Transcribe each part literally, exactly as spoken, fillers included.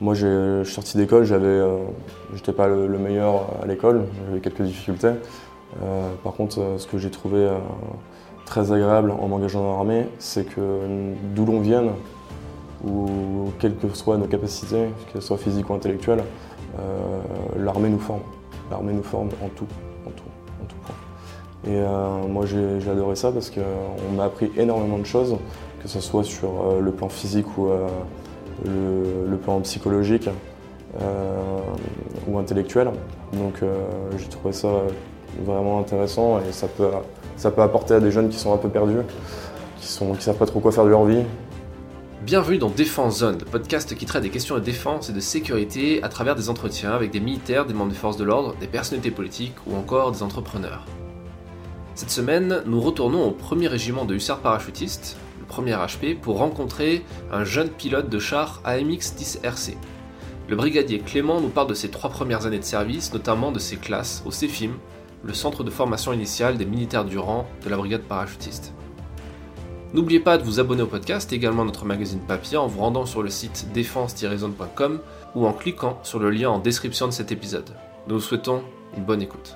moi j'ai, je suis sorti d'école, j'avais, euh, j'étais pas le, le meilleur à l'école, j'avais quelques difficultés. Euh, par contre, euh, ce que j'ai trouvé euh, très agréable en m'engageant dans l'armée, c'est que d'où l'on vienne, ou quelles que soient nos capacités, qu'elles soient physiques ou intellectuelles, euh, l'armée nous forme. L'armée nous forme en tout, en tout, en tout point. Et euh, moi j'ai, j'ai adoré ça parce qu'on m'a appris énormément de choses, que ce soit sur euh, le plan physique ou euh, le, le plan psychologique euh, ou intellectuel. Donc euh, j'ai trouvé ça vraiment intéressant et ça peut, ça peut apporter à des jeunes qui sont un peu perdus, qui ne qui savent pas trop quoi faire de leur vie. Bienvenue dans Défense Zone, le podcast qui traite des questions de défense et de sécurité à travers des entretiens avec des militaires, des membres des forces de l'ordre, des personnalités politiques ou encore des entrepreneurs. Cette semaine, nous retournons au premier régiment de hussards parachutistes, le premier H P, pour rencontrer un jeune pilote de char A M X dix R C. Le brigadier Clément nous parle de ses trois premières années de service, notamment de ses classes au C F I M, le centre de formation initiale des militaires du rang de la brigade parachutiste. N'oubliez pas de vous abonner au podcast et également à notre magazine papier en vous rendant sur le site défense tiret zone point com ou en cliquant sur le lien en description de cet épisode. Nous vous souhaitons une bonne écoute.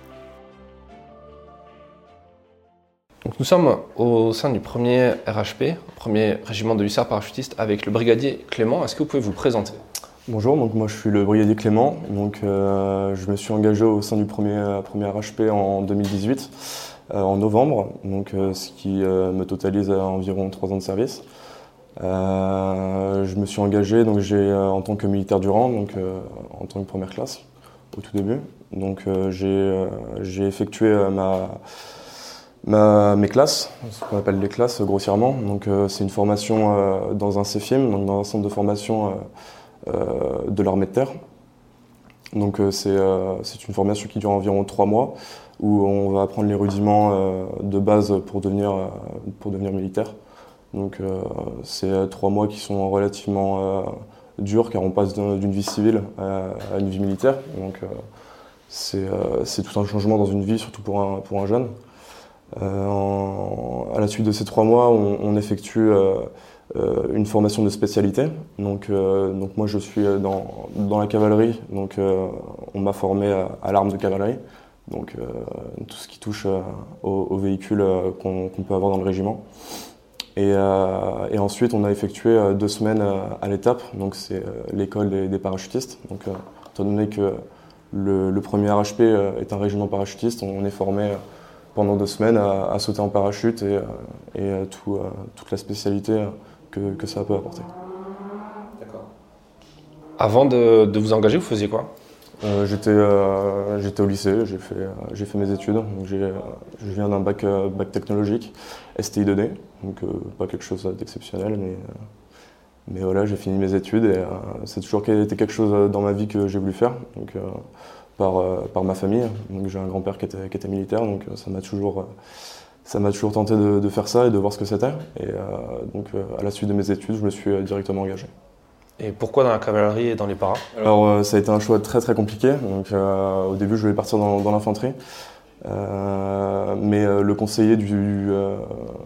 Donc nous sommes au sein du premier R H P, premier régiment de hussards parachutistes, avec le brigadier Clément. Est-ce que vous pouvez vous présenter ? Bonjour, donc moi je suis le brigadier Clément. Donc, euh, je me suis engagé au sein du premier, premier R H P en deux mille dix-huit. Euh, en novembre, donc, euh, ce qui euh, me totalise à environ trois ans de service. Euh, je me suis engagé donc, j'ai, euh, en tant que militaire du rang, donc, euh, en tant que première classe au tout début. Donc, euh, j'ai, euh, j'ai effectué euh, ma, ma, mes classes, ce qu'on appelle les classes grossièrement. Donc, euh, c'est une formation euh, dans un C F I M, donc dans un centre de formation euh, euh, de l'armée de terre. Donc, euh, c'est, euh, c'est une formation qui dure environ trois mois. Où on va apprendre les rudiments euh, de base pour devenir, euh, pour devenir militaire. Donc euh, c'est trois mois qui sont relativement euh, durs car on passe d'une vie civile à, à une vie militaire. Donc euh, c'est, euh, c'est tout un changement dans une vie, surtout pour un, pour un jeune. Euh, en, à la suite de ces trois mois, on, on effectue euh, euh, une formation de spécialité. Donc, euh, donc moi je suis dans, dans la cavalerie, donc euh, on m'a formé à, à l'arme de cavalerie. Donc euh, tout ce qui touche euh, aux, aux véhicules euh, qu'on, qu'on peut avoir dans le régiment. Et, euh, et ensuite, on a effectué euh, deux semaines euh, à l'étape, donc c'est euh, l'école des, des parachutistes. Donc, euh, étant donné que le, le premier R H P euh, est un régiment parachutiste, on est formé euh, pendant deux semaines à, à sauter en parachute et, euh, et euh, tout, euh, toute la spécialité euh, que, que ça peut apporter. D'accord. Avant de, de vous engager, vous faisiez quoi ? Euh, j'étais, euh, j'étais au lycée, j'ai fait, euh, j'ai fait mes études. Donc j'ai, euh, je viens d'un bac, euh, bac technologique, S T I deux D, donc euh, pas quelque chose d'exceptionnel, mais, euh, mais voilà, j'ai fini mes études et euh, c'est toujours été quelque chose dans ma vie que j'ai voulu faire, donc, euh, par, euh, par ma famille. Donc j'ai un grand-père qui était, qui était militaire, donc ça m'a toujours, euh, ça m'a toujours tenté de, de faire ça et de voir ce que c'était. Et euh, donc euh, à la suite de mes études, je me suis directement engagé. Et pourquoi dans la cavalerie et dans les paras ? Alors euh, ça a été un choix très très compliqué. Donc, euh, au début je voulais partir dans, dans l'infanterie, euh, mais euh, le conseiller du, euh,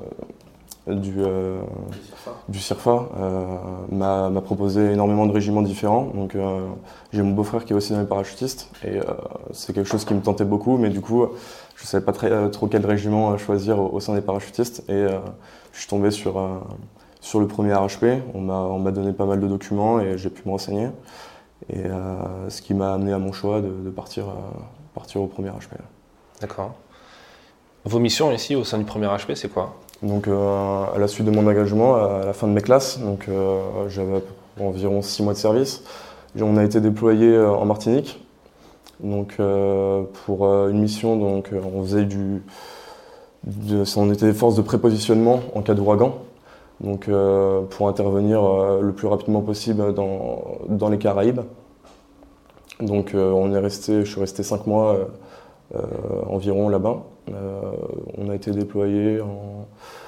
du, euh, du C I R F A euh, m'a, m'a proposé énormément de régiments différents. Donc, euh, j'ai mon beau-frère qui est aussi dans les parachutistes et euh, c'est quelque chose qui me tentait beaucoup, mais du coup je ne savais pas très, trop quel régiment choisir au, au sein des parachutistes et euh, je suis tombé sur... Euh, Sur le premier R H P, on m'a, on m'a donné pas mal de documents et j'ai pu me renseigner. Et euh, ce qui m'a amené à mon choix de, de partir, euh, partir au premier R H P. D'accord. Vos missions ici au sein du premier H P, c'est quoi ? Donc euh, à la suite de mon engagement, à la fin de mes classes, donc, euh, j'avais environ six mois de service. On a été déployé en Martinique donc, euh, pour une mission. Donc, on faisait du, de, on était force de prépositionnement en cas d'ouragan. Donc, euh, pour intervenir euh, le plus rapidement possible dans, dans les Caraïbes. Donc, euh, on est resté, je suis resté cinq mois euh, euh, environ là-bas. Euh, on a été déployé en,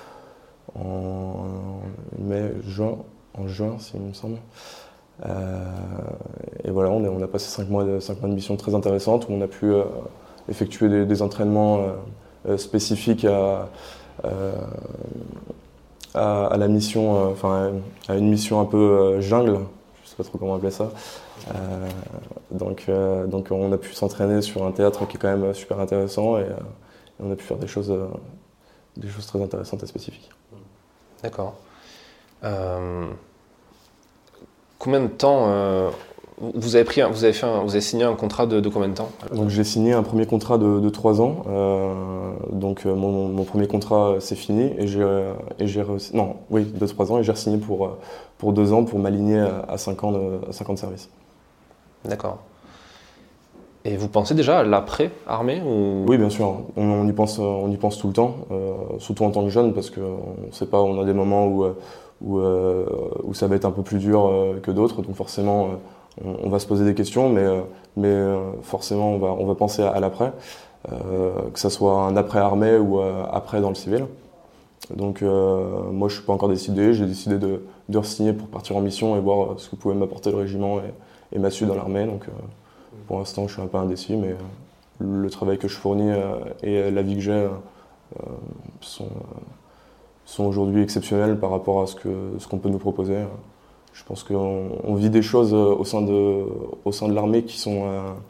en mai, juin, en juin, s'il me semble. Euh, et voilà, on, est, on a passé cinq mois, de, cinq mois de mission très intéressantes où on a pu euh, effectuer des, des entraînements euh, spécifiques à euh, À, à la mission, euh, enfin à une mission un peu euh, jungle, sais pas trop comment appeler ça. Euh, donc, euh, donc on a pu s'entraîner sur un théâtre qui est quand même super intéressant et, euh, et on a pu faire des choses, euh, des choses très intéressantes et spécifiques. D'accord. Euh, combien de temps euh, vous avez pris, vous avez fait, un, vous avez signé un contrat de, de combien de temps? Donc j'ai signé un premier contrat de, de trois ans. Euh, donc euh, mon, mon premier contrat c'est fini et j'ai euh, et j'ai non oui de trois ans et j'ai re-signé pour euh, pour deux ans pour m'aligner à, à cinq ans de à cinq ans de service. D'accord. Et vous pensez déjà à l'après armée ou... Oui, bien sûr. On, on y pense, on y pense tout le temps, euh, surtout en tant que jeune, parce que on sait pas, on a des moments où où, euh, où ça va être un peu plus dur euh, que d'autres, donc forcément euh, on, on va se poser des questions, mais euh, mais euh, forcément on va on va penser à, à l'après, euh, que ça soit un après armée ou euh, après dans le civil. Donc euh, moi je suis pas encore décidé, j'ai décidé de de re-signer pour partir en mission et voir ce que pouvait m'apporter le régiment et, et ma suite dans l'armée. Donc euh, pour l'instant, je suis un peu indécis, mais le travail que je fournis et la vie que j'ai sont, sont aujourd'hui exceptionnels par rapport à ce que, ce qu'on peut nous proposer. Je pense qu'on on vit des choses au sein de, au sein de l'armée qui sont,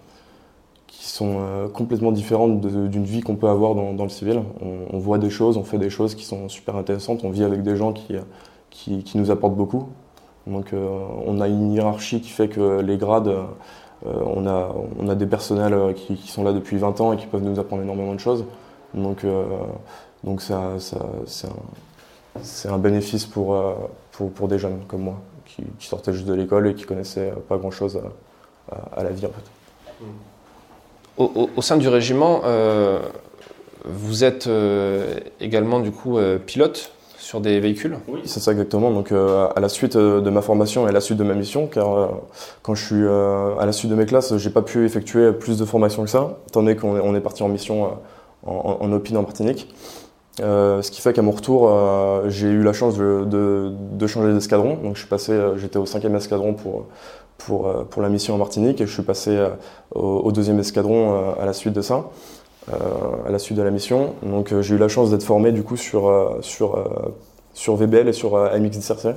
qui sont complètement différentes de, d'une vie qu'on peut avoir dans, dans le civil. On, on voit des choses, on fait des choses qui sont super intéressantes, on vit avec des gens qui, qui, qui nous apportent beaucoup. Donc on a une hiérarchie qui fait que les grades... Euh, on, a, on a des personnels qui, qui sont là depuis vingt ans et qui peuvent nous apprendre énormément de choses. Donc, euh, donc ça, ça, c'est, un, c'est un bénéfice pour, pour, pour des jeunes comme moi, qui, qui sortaient juste de l'école et qui connaissaient pas grand-chose à, à, à la vie en fait. Au, au, au sein du régiment, euh, vous êtes euh, également du coup euh, pilote sur des véhicules? Oui, c'est ça exactement. Donc euh, à la suite de ma formation et à la suite de ma mission, car euh, quand je suis euh, à la suite de mes classes, j'ai pas pu effectuer plus de formation que ça, étant donné qu'on est, on est parti en mission euh, en, en Opine en Martinique. Euh, ce qui fait qu'à mon retour, euh, j'ai eu la chance de, de, de changer d'escadron. Donc je suis passé, euh, j'étais au cinquième escadron pour pour euh, pour la mission en Martinique et je suis passé euh, au, au deuxième escadron euh, à la suite de ça. Euh, à la suite de la mission. Donc euh, j'ai eu la chance d'être formé du coup sur, euh, sur, euh, sur V B L et sur euh, M X dix R C.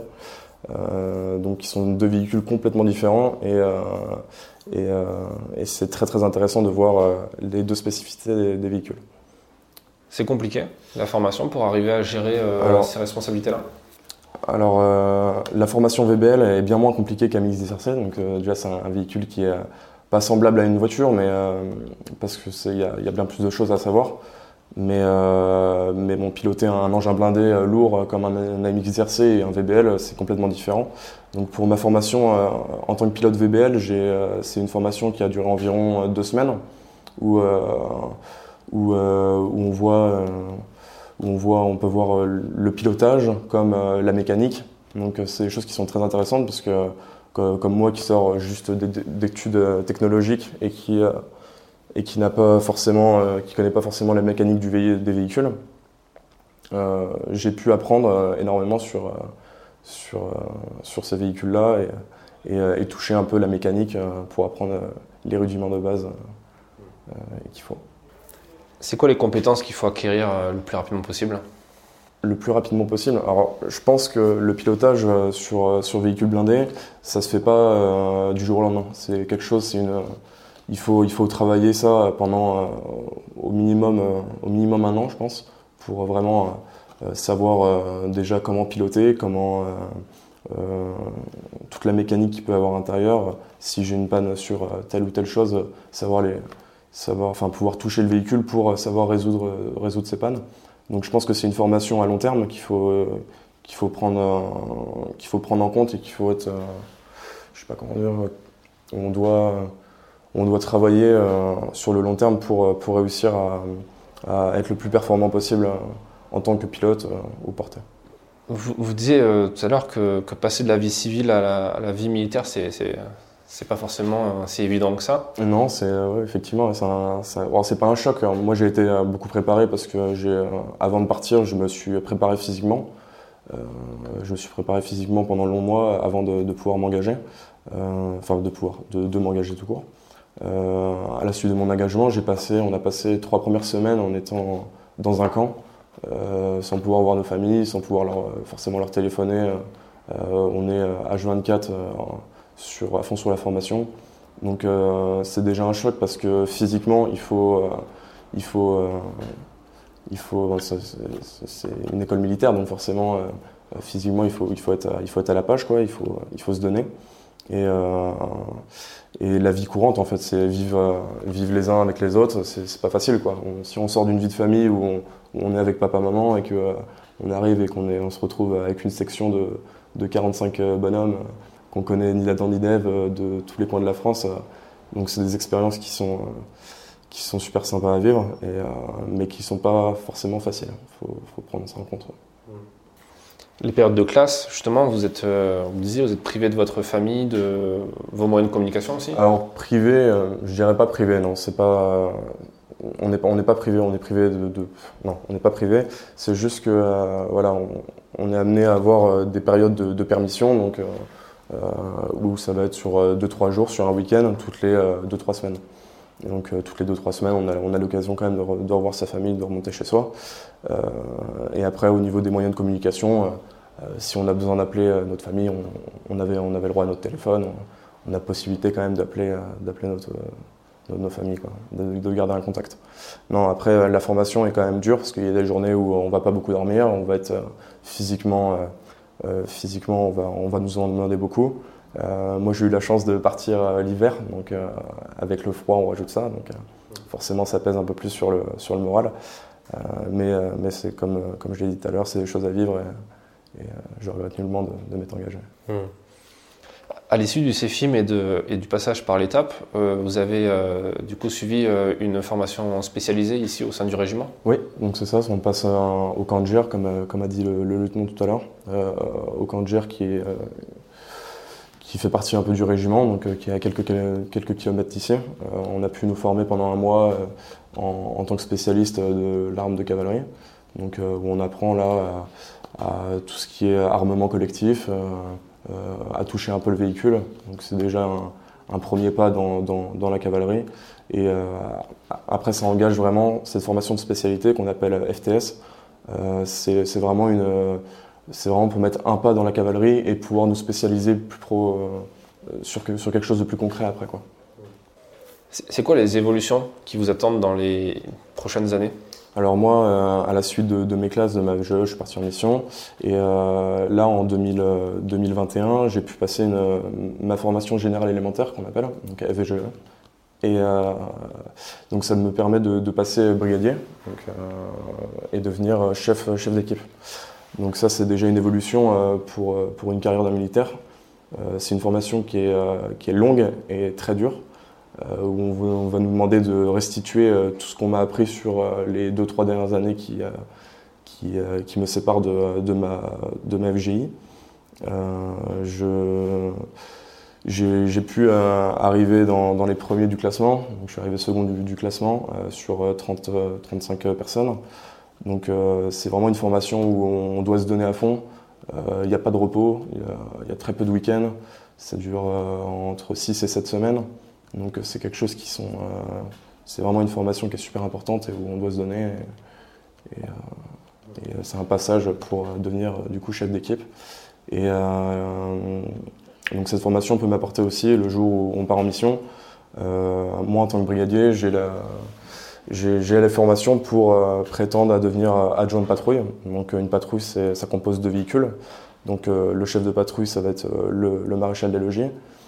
Euh, donc qui sont deux véhicules complètement différents et, euh, et, euh, et c'est très très intéressant de voir euh, les deux spécificités des, des véhicules. C'est compliqué la formation pour arriver à gérer euh, alors, ces responsabilités-là? Alors euh, la formation V B L est bien moins compliquée qu'M X dix R C. Donc euh, déjà c'est un, un véhicule qui est pas semblable à une voiture, mais euh, parce que c'est, y a, y a bien plus de choses à savoir. Mais, euh, mais bon, piloter un engin blindé euh, lourd comme un, un M X dix R C et un V B L, c'est complètement différent. Donc pour ma formation euh, en tant que pilote V B L, j'ai, euh, c'est une formation qui a duré environ deux semaines, où, euh, où, euh, où on voit, euh, où on voit, on peut voir euh, le pilotage comme euh, la mécanique. Donc euh, c'est des choses qui sont très intéressantes parce que comme moi qui sors juste d'études technologiques et qui et qui n'a pas forcément qui connaît pas forcément la mécanique du vé- des véhicules, euh, j'ai pu apprendre énormément sur sur sur ces véhicules-là et, et, et toucher un peu la mécanique pour apprendre les rudiments de base euh, qu'il faut. C'est quoi les compétences qu'il faut acquérir le plus rapidement possible? Le plus rapidement possible. Alors, je pense que le pilotage sur sur véhicule blindé, ça se fait pas euh, du jour au lendemain. C'est quelque chose, c'est une, il faut il faut travailler ça pendant euh, au minimum euh, au minimum un an, je pense, pour vraiment euh, savoir euh, déjà comment piloter, comment euh, euh, toute la mécanique qu'il peut y avoir à l'intérieur. Si j'ai une panne sur telle ou telle chose, savoir les savoir, enfin pouvoir toucher le véhicule pour savoir résoudre résoudre ces pannes. Donc je pense que c'est une formation à long terme qu'il faut euh, qu'il faut prendre euh, qu'il faut prendre en compte et qu'il faut être euh, je sais pas comment dire, on doit on doit travailler euh, sur le long terme pour pour réussir à, à être le plus performant possible euh, en tant que pilote euh, ou porteur. Vous, vous disiez euh, tout à l'heure que, que passer de la vie civile à la, à la vie militaire, c'est c'est c'est pas forcément si évident que ça. Non, c'est ouais, effectivement, c'est, un, c'est, alors, c'est pas un choc. Moi, j'ai été beaucoup préparé parce que j'ai, avant de partir, je me suis préparé physiquement. Euh, je me suis préparé physiquement pendant de longs mois avant de, de pouvoir m'engager, euh, enfin de pouvoir, de, de m'engager tout court. Euh, à la suite de mon engagement, j'ai passé, on a passé trois premières semaines en étant dans un camp, euh, sans pouvoir voir nos familles, sans pouvoir leur, forcément leur téléphoner. Euh, on est H vingt-quatre. Euh, sur, à fond sur la formation. Donc euh, c'est déjà un choc parce que physiquement, il faut, euh, il faut, euh, il faut c'est, c'est une école militaire, donc forcément, euh, physiquement, il faut, il faut être, il faut être à la page, quoi. Il faut, il faut se donner. Et, euh, et la vie courante, en fait, c'est vivre, vivre les uns avec les autres. C'est, c'est pas facile, quoi. On, si on sort d'une vie de famille où on, où on est avec papa, maman, et que euh, on arrive et qu'on est, on se retrouve avec une section de, de quarante-cinq bonhommes qu'on connaît ni d'Adam ni d'Ève de tous les coins de la France. Donc c'est des expériences qui sont, qui sont super sympas à vivre, et, euh, mais qui ne sont pas forcément faciles. Il faut, faut prendre ça en compte. Les périodes de classe, justement, vous êtes, euh, vous disiez, vous êtes privé de votre famille, de vos moyens de communication aussi ? Alors privé, euh, je dirais pas privé, non. C'est pas, euh, on n'est pas, on n'est pas privé, on est privé de, de non, on n'est pas privé. C'est juste que euh, voilà, on, on est amené à avoir euh, des périodes de, de permission, donc. Euh, Euh, où ça va être sur deux trois jours, sur un week-end, toutes les deux trois semaines. Et donc euh, toutes les deux trois semaines, on a, on a l'occasion quand même de, re, de revoir sa famille, de remonter chez soi. Euh, et après, au niveau des moyens de communication, euh, si on a besoin d'appeler notre famille, on, on, avait, on avait le droit à notre téléphone, on, on a possibilité quand même d'appeler, d'appeler notre, notre, nos familles, quoi, de, de garder un contact. Non, après, la formation est quand même dure, parce qu'il y a des journées où on ne va pas beaucoup dormir, on va être physiquement... Euh, Euh, physiquement, on va, on va nous en demander beaucoup. Euh, moi, j'ai eu la chance de partir euh, l'hiver, donc euh, avec le froid, on rajoute ça. Donc, euh, forcément, ça pèse un peu plus sur le, sur le moral. Euh, mais euh, mais c'est comme, comme je l'ai dit tout à l'heure, c'est des choses à vivre et, et euh, je regrette nullement de, de m'être engagé. Mmh. À l'issue du CEFIM et, de, et du passage par l'étape, euh, vous avez euh, du coup suivi euh, une formation spécialisée ici au sein du régiment ? Oui, donc c'est ça, on passe un, au camp de Gers, comme, comme a dit le, le lieutenant tout à l'heure, euh, au camp de Gers qui, est, euh, qui fait partie un peu du régiment, donc euh, qui est à quelques, quelques kilomètres d'ici. Euh, on a pu nous former pendant un mois euh, en, en tant que spécialiste de l'arme de cavalerie, donc, euh, où on apprend là à, à tout ce qui est armement collectif, euh, Euh, à toucher un peu le véhicule, donc c'est déjà un, un premier pas dans, dans, dans la cavalerie. Et euh, après, ça engage vraiment cette formation de spécialité qu'on appelle F T S. Euh, c'est, c'est vraiment une, c'est vraiment pour mettre un pas dans la cavalerie et pouvoir nous spécialiser plus pro euh, sur, sur quelque chose de plus concret après, quoi. C'est, c'est quoi les évolutions qui vous attendent dans les prochaines années ? Alors moi, euh, à la suite de, de mes classes de ma V G E, je suis parti en mission. Et euh, là, en deux mille, deux mille vingt et un, j'ai pu passer une, ma formation générale élémentaire, qu'on appelle, donc F V G E. Et euh, donc ça me permet de, de passer brigadier donc, euh, et devenir chef, chef d'équipe. Donc ça, c'est déjà une évolution euh, pour, pour une carrière d'un militaire. Euh, c'est une formation qui est, euh, qui est longue et très dure. Euh, où on va, on va nous demander de restituer euh, tout ce qu'on m'a appris sur euh, les deux trois dernières années qui, euh, qui, euh, qui me séparent de, de, ma, de ma F G I. Euh, je, j'ai, j'ai pu euh, arriver dans, dans les premiers du classement, donc je suis arrivé second du, du classement euh, sur trente à trente-cinq personnes. Donc euh, c'est vraiment une formation où on doit se donner à fond. Il n'y a pas de repos, il y, y a très peu de week-ends, ça dure euh, entre six et sept semaines. Donc c'est quelque chose qui sont, euh, c'est vraiment une formation qui est super importante et où on doit se donner. Et, et, euh, et c'est un passage pour devenir du coup chef d'équipe. Et euh, donc cette formation peut m'apporter aussi le jour où on part en mission. Euh, moi en tant que brigadier, j'ai la, j'ai, j'ai la formation pour euh, prétendre à devenir adjoint de patrouille. Donc une patrouille, c'est, ça compose de véhicules. Donc euh, le chef de patrouille, ça va être le, le maréchal des logis.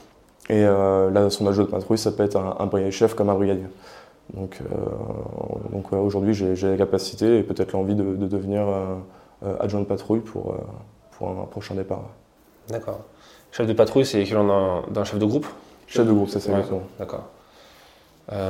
Et euh, là, son adjoint de patrouille, ça peut être un, un brigadier-chef comme un brigadier. Donc, euh, donc ouais, aujourd'hui, j'ai, j'ai la capacité et peut-être l'envie de, de devenir euh, adjoint de patrouille pour, euh, pour un prochain départ. D'accord. Chef de patrouille, c'est l'équivalent d'un, d'un chef de groupe ? Chef de groupe, c'est ça, ouais, exactement. D'accord. Euh,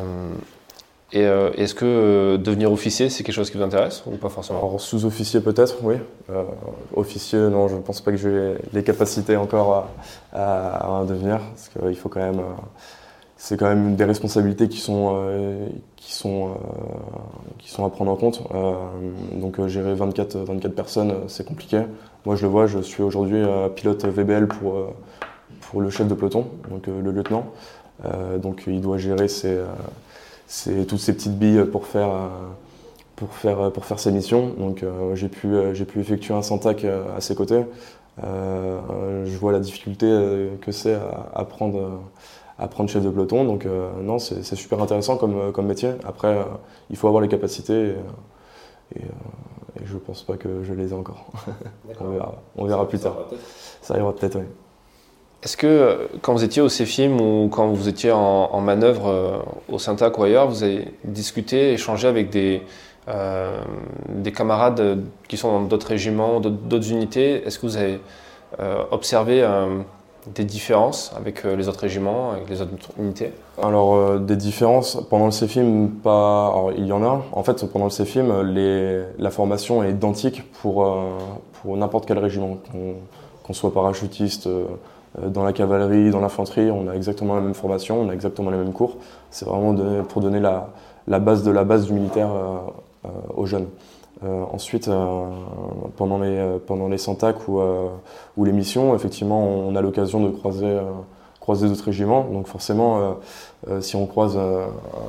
et euh, est-ce que euh, devenir officier, c'est quelque chose qui vous intéresse ou pas forcément ? Alors, sous-officier peut-être, oui. Euh, officier, non, je ne pense pas que j'ai les capacités encore à, à, à devenir, parce qu'il faut quand même... Euh, c'est quand même des responsabilités qui sont, euh, qui sont, euh, qui sont à prendre en compte. Euh, donc euh, gérer vingt-quatre, vingt-quatre personnes, c'est compliqué. Moi, je le vois, je suis aujourd'hui euh, pilote V B L pour, euh, pour le chef de peloton, donc euh, le lieutenant. Euh, donc il doit gérer ses... Euh, c'est toutes ces petites billes pour faire, pour faire, pour faire ses missions. Donc euh, j'ai pu, j'ai pu effectuer un Santac à ses côtés. Euh, je vois la difficulté que c'est à, à, prendre, à prendre chef de peloton. Donc euh, non, c'est, c'est super intéressant comme, comme métier. Après, euh, il faut avoir les capacités et, et, euh, et je pense pas que je les ai encore. on verra, on verra plus tard. Ça arrivera peut-être, oui. Est-ce que quand vous étiez au CEFIM ou quand vous étiez en, en manœuvre euh, au Syntac ou ailleurs, vous avez discuté, échangé avec des, euh, des camarades qui sont dans d'autres régiments, d'autres, d'autres unités? Est-ce que vous avez euh, observé euh, des différences avec euh, les autres régiments, avec les autres unités? Alors euh, des différences pendant le CEFIM, pas. Alors, il y en a. En fait, pendant le CEFIM, les... la formation est identique pour euh, pour n'importe quel régiment, qu'on, qu'on soit parachutiste. Euh, Dans la cavalerie, dans l'infanterie, on a exactement la même formation, on a exactement les mêmes cours. C'est vraiment donné, pour donner la, la base de la base du militaire euh, euh, aux jeunes. Euh, ensuite, euh, pendant les pendant les Syntac ou euh, ou les missions, effectivement, on a l'occasion de croiser euh, croiser d'autres régiments. Donc forcément, euh, euh, si on croise euh,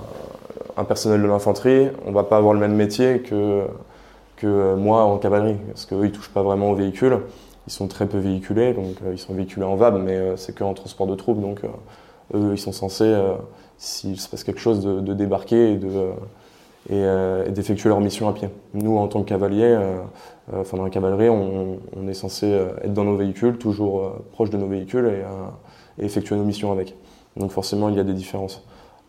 un personnel de l'infanterie, on va pas avoir le même métier que que moi en cavalerie, parce qu'eux ils touchent pas vraiment au véhicule. Ils sont très peu véhiculés, donc euh, ils sont véhiculés en V A B, mais euh, c'est qu'en transport de troupes, donc euh, eux ils sont censés, euh, s'il se passe quelque chose, de, de débarquer et, de, euh, et, euh, et d'effectuer leur mission à pied. Nous, en tant que cavaliers, euh, euh, enfin dans la cavalerie, on, on est censé être dans nos véhicules, toujours euh, proche de nos véhicules et, euh, et effectuer nos missions avec. Donc forcément, il y a des différences.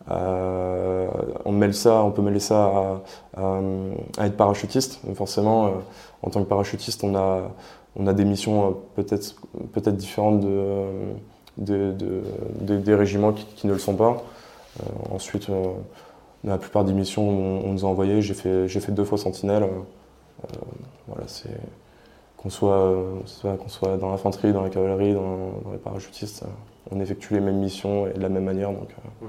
Euh, on mêle ça, on peut mêler ça à, à, à être parachutiste. Donc forcément, euh, en tant que parachutiste, on a On a des missions peut-être, peut-être différentes de, de, de, de, des régiments qui, qui ne le sont pas. Euh, ensuite, euh, la plupart des missions, on, on nous a envoyé. J'ai fait, j'ai fait deux fois Sentinelle. Euh, voilà, c'est, qu'on, soit, soit, qu'on soit dans l'infanterie, dans la cavalerie, dans, dans les parachutistes, on effectue les mêmes missions et de la même manière. Donc, euh.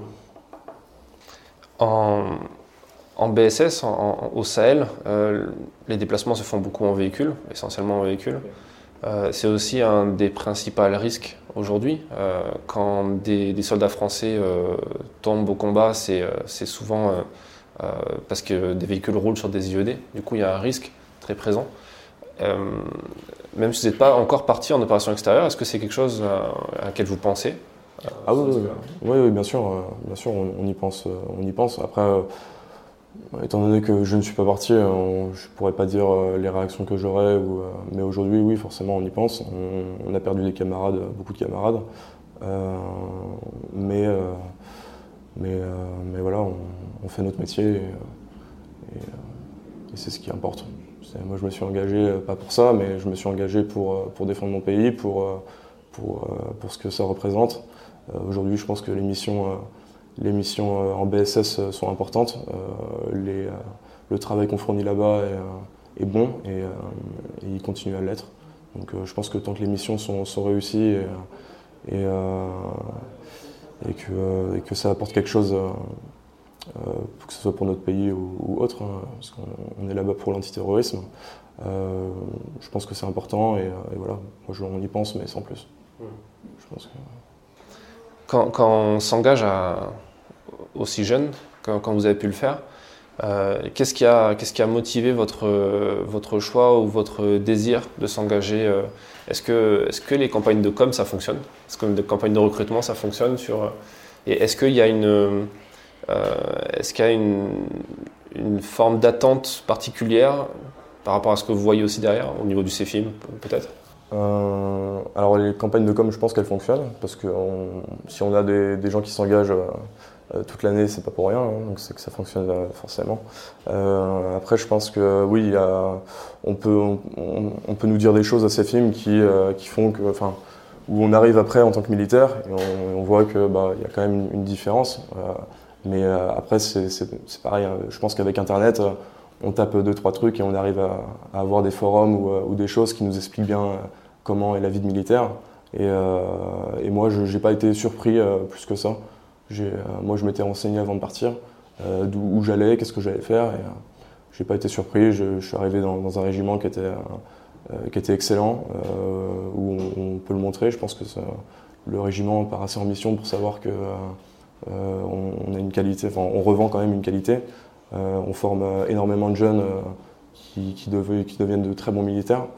En, en B S S, en, en, au Sahel, euh, les déplacements se font beaucoup en véhicule, essentiellement en véhicule. Euh, c'est aussi un des principaux risques aujourd'hui. Euh, quand des, des soldats français euh, tombent au combat, c'est, c'est souvent euh, euh, parce que des véhicules roulent sur des I E D. Du coup, il y a un risque très présent. Euh, même si vous n'êtes pas encore parti en opération extérieure, est-ce que c'est quelque chose à, à laquelle vous pensez? Ah oui, oui, oui, oui, bien sûr, bien sûr, on, on y pense, on y pense. Après. Euh, Étant donné que je ne suis pas parti, on, je ne pourrais pas dire euh, les réactions que j'aurais, ou, euh, mais aujourd'hui, oui, forcément, on y pense. On, on a perdu des camarades, beaucoup de camarades. Euh, mais, euh, mais, euh, mais voilà, on, on fait notre métier et, et, et c'est ce qui importe. C'est, moi, je me suis engagé, pas pour ça, mais je me suis engagé pour, pour défendre mon pays, pour, pour, pour ce que ça représente. Euh, aujourd'hui, je pense que les missions... Les missions en B S S sont importantes. Les, le travail qu'on fournit là-bas est, est bon et, et il continue à l'être. Donc je pense que tant que les missions sont, sont réussies et, et, et, que, et que ça apporte quelque chose, que ce soit pour notre pays ou, ou autre, parce qu'on est là-bas pour l'antiterrorisme, je pense que c'est important et, et voilà, moi je, on y pense mais sans plus. Je pense que... Quand, quand on s'engage à, aussi jeune, quand, quand vous avez pu le faire, euh, qu'est-ce, qui a, qu'est-ce qui a motivé votre, votre choix ou votre désir de s'engager euh, est-ce que, est-ce que les campagnes de com, ça fonctionne? Est-ce que les campagnes de recrutement, ça fonctionne sur, et est-ce qu'il y a une, euh, est-ce qu'il y a une, une forme d'attente particulière par rapport à ce que vous voyez aussi derrière, au niveau du CEFIM peut-être? Euh, alors les campagnes de com, je pense qu'elles fonctionnent parce que on, si on a des, des gens qui s'engagent euh, toute l'année, c'est pas pour rien, hein, donc c'est que ça fonctionne euh, forcément. Euh, après, je pense que oui, il y a, on peut on, on peut nous dire des choses à ces films qui euh, qui font que, enfin, où on arrive après en tant que militaire et on, on voit que bah il y a quand même une, une différence. Euh, mais euh, après, c'est, c'est, c'est pareil. Hein, je pense qu'avec Internet, on tape deux trois trucs et on arrive à, à avoir des forums ou, ou des choses qui nous expliquent bien comment est la vie de militaire. Et, euh, et moi, je n'ai pas été surpris euh, plus que ça. J'ai, euh, moi, je m'étais renseigné avant de partir, euh, d'où où j'allais, qu'est-ce que j'allais faire. Et euh, je n'ai pas été surpris. Je, je suis arrivé dans, dans un régiment qui était, euh, qui était excellent, euh, où on, on peut le montrer. Je pense que ça, le régiment part assez en mission pour savoir que euh, on, on a une qualité, enfin, on revend quand même une qualité. Euh, on forme énormément de jeunes euh, qui, qui, dev- qui deviennent de très bons militaires.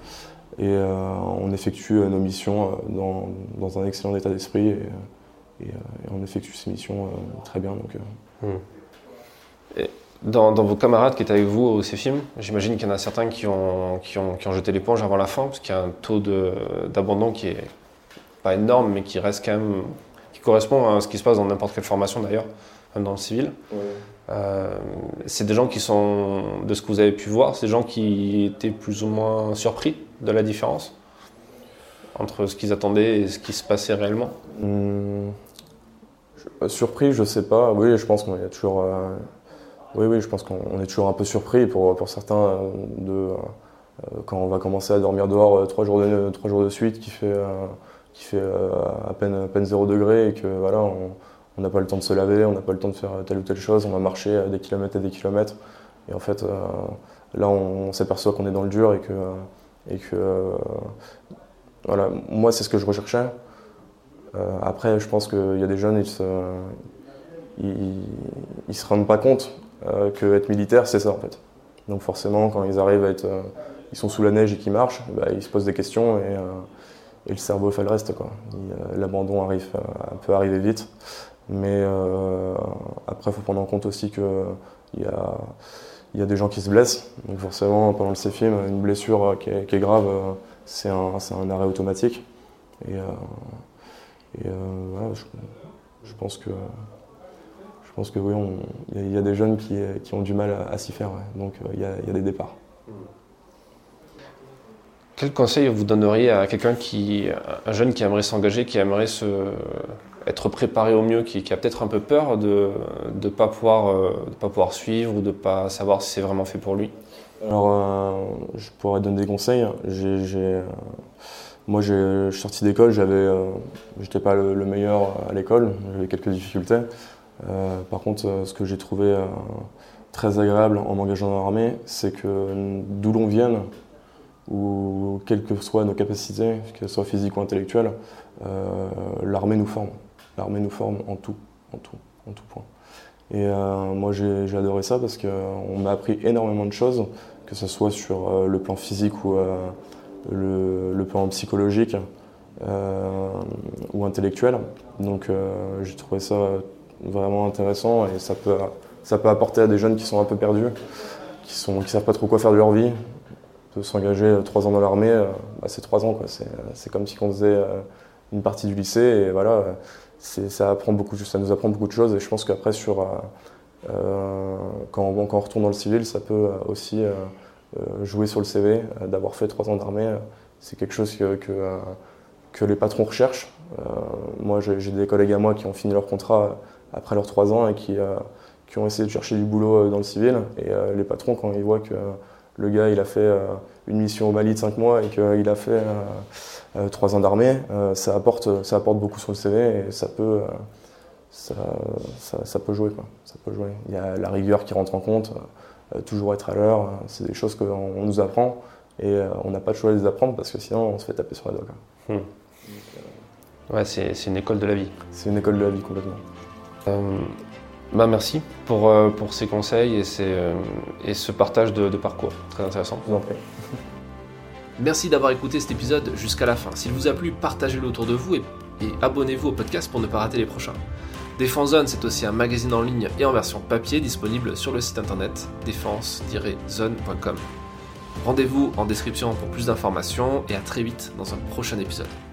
et euh, on effectue nos missions dans, dans un excellent état d'esprit et, et, et on effectue ces missions très bien. Donc, mmh. et dans, dans vos camarades qui étaient avec vous au CEFIM, j'imagine qu'il y en a certains qui ont, qui ont, qui ont jeté l'éponge avant la fin, parce qu'il y a un taux de, d'abandon qui est pas énorme, mais qui reste quand même, qui correspond à ce qui se passe dans n'importe quelle formation d'ailleurs, même dans le civil. Ouais. Euh, c'est des gens qui sont, de ce que vous avez pu voir, c'est des gens qui étaient plus ou moins surpris de la différence entre ce qu'ils attendaient et ce qui se passait réellement. Hum, je, surpris, je sais pas. Oui, je pense qu'on est toujours. Euh, oui, oui, je pense qu'on est toujours un peu surpris pour pour certains euh, de euh, quand on va commencer à dormir dehors euh, trois jours de trois jours de suite, qui fait euh, qui fait euh, à peine à peine zéro degré et que voilà. On, On n'a pas le temps de se laver, on n'a pas le temps de faire telle ou telle chose, on va marcher des kilomètres et des kilomètres. Et en fait, euh, là, on, on s'aperçoit qu'on est dans le dur et que, et que euh, voilà, moi, c'est ce que je recherchais. Euh, après, je pense qu'il y a des jeunes, ils se, ils, ils se rendent pas compte euh, qu'être militaire, c'est ça en fait. Donc forcément, quand ils arrivent à être, euh, ils sont sous la neige et qu'ils marchent, bah, ils se posent des questions et, euh, et le cerveau fait le reste, quoi. Il, l'abandon arrive, euh, peut arriver vite. Mais euh, après, il faut prendre en compte aussi qu'il y a, y a des gens qui se blessent. Donc forcément, pendant le CEFIM, une blessure qui est, qui est grave, c'est un, c'est un arrêt automatique. Et, euh, et euh, voilà, je, je pense que, je pense que oui, il y, y a des jeunes qui, qui ont du mal à, à s'y faire. Ouais. Donc il y, y a des départs. Quel conseil vous donneriez à quelqu'un qui, un jeune qui aimerait s'engager, qui aimerait se être préparé au mieux, qui, qui a peut-être un peu peur de ne pas pouvoir, euh, de pas pouvoir suivre ou de ne pas savoir si c'est vraiment fait pour lui? Alors, euh, je pourrais donner des conseils. J'ai, j'ai, euh, moi, j'ai, je suis sorti d'école, j'avais, euh, j'étais pas le, le meilleur à l'école, j'avais quelques difficultés. Euh, par contre, euh, ce que j'ai trouvé euh, très agréable en m'engageant dans l'armée, c'est que d'où l'on vienne, ou quelles que soient nos capacités, qu'elles soient physiques ou intellectuelles, euh, l'armée nous forme. L'armée nous forme en tout, en tout, en tout point. Et euh, moi j'ai, j'ai adoré ça parce qu'on m'a appris énormément de choses, que ce soit sur euh, le plan physique ou euh, le, le plan psychologique euh, ou intellectuel. Donc euh, j'ai trouvé ça vraiment intéressant et ça peut, ça peut apporter à des jeunes qui sont un peu perdus, qui sont, qui savent pas trop quoi faire de leur vie. De s'engager trois ans dans l'armée, bah c'est trois ans, quoi. C'est, c'est comme si on faisait une partie du lycée et voilà, c'est, ça, apprend beaucoup, ça nous apprend beaucoup de choses et je pense qu'après, sur, euh, quand, on, quand on retourne dans le civil, ça peut aussi euh, jouer sur le C V, d'avoir fait trois ans d'armée. C'est quelque chose que, que, que les patrons recherchent. Euh, moi, j'ai, j'ai des collègues à moi qui ont fini leur contrat après leurs trois ans et qui, euh, qui ont essayé de chercher du boulot dans le civil et euh, les patrons, quand ils voient que le gars, il a fait euh, une mission au Mali de cinq mois et qu'il a fait euh, euh, trois ans d'armée, euh, ça, apporte, ça apporte beaucoup sur le C V et ça peut, euh, ça, ça, ça peut jouer, quoi. Ça peut jouer. Il y a la rigueur qui rentre en compte, euh, toujours être à l'heure, c'est des choses qu'on on nous apprend et euh, on n'a pas de choix de les apprendre parce que sinon on se fait taper sur la doigts. Hmm. Ouais, c'est, c'est une école de la vie. C'est une école de la vie, complètement. Euh... Bah merci pour, euh, pour ces conseils et, ces, euh, et ce partage de, de parcours. Très intéressant. Je vous en prie. Merci d'avoir écouté cet épisode jusqu'à la fin. S'il vous a plu, partagez-le autour de vous et, et abonnez-vous au podcast pour ne pas rater les prochains. Défense Zone, c'est aussi un magazine en ligne et en version papier disponible sur le site internet défense tiret zone point com. Rendez-vous en description pour plus d'informations et à très vite dans un prochain épisode.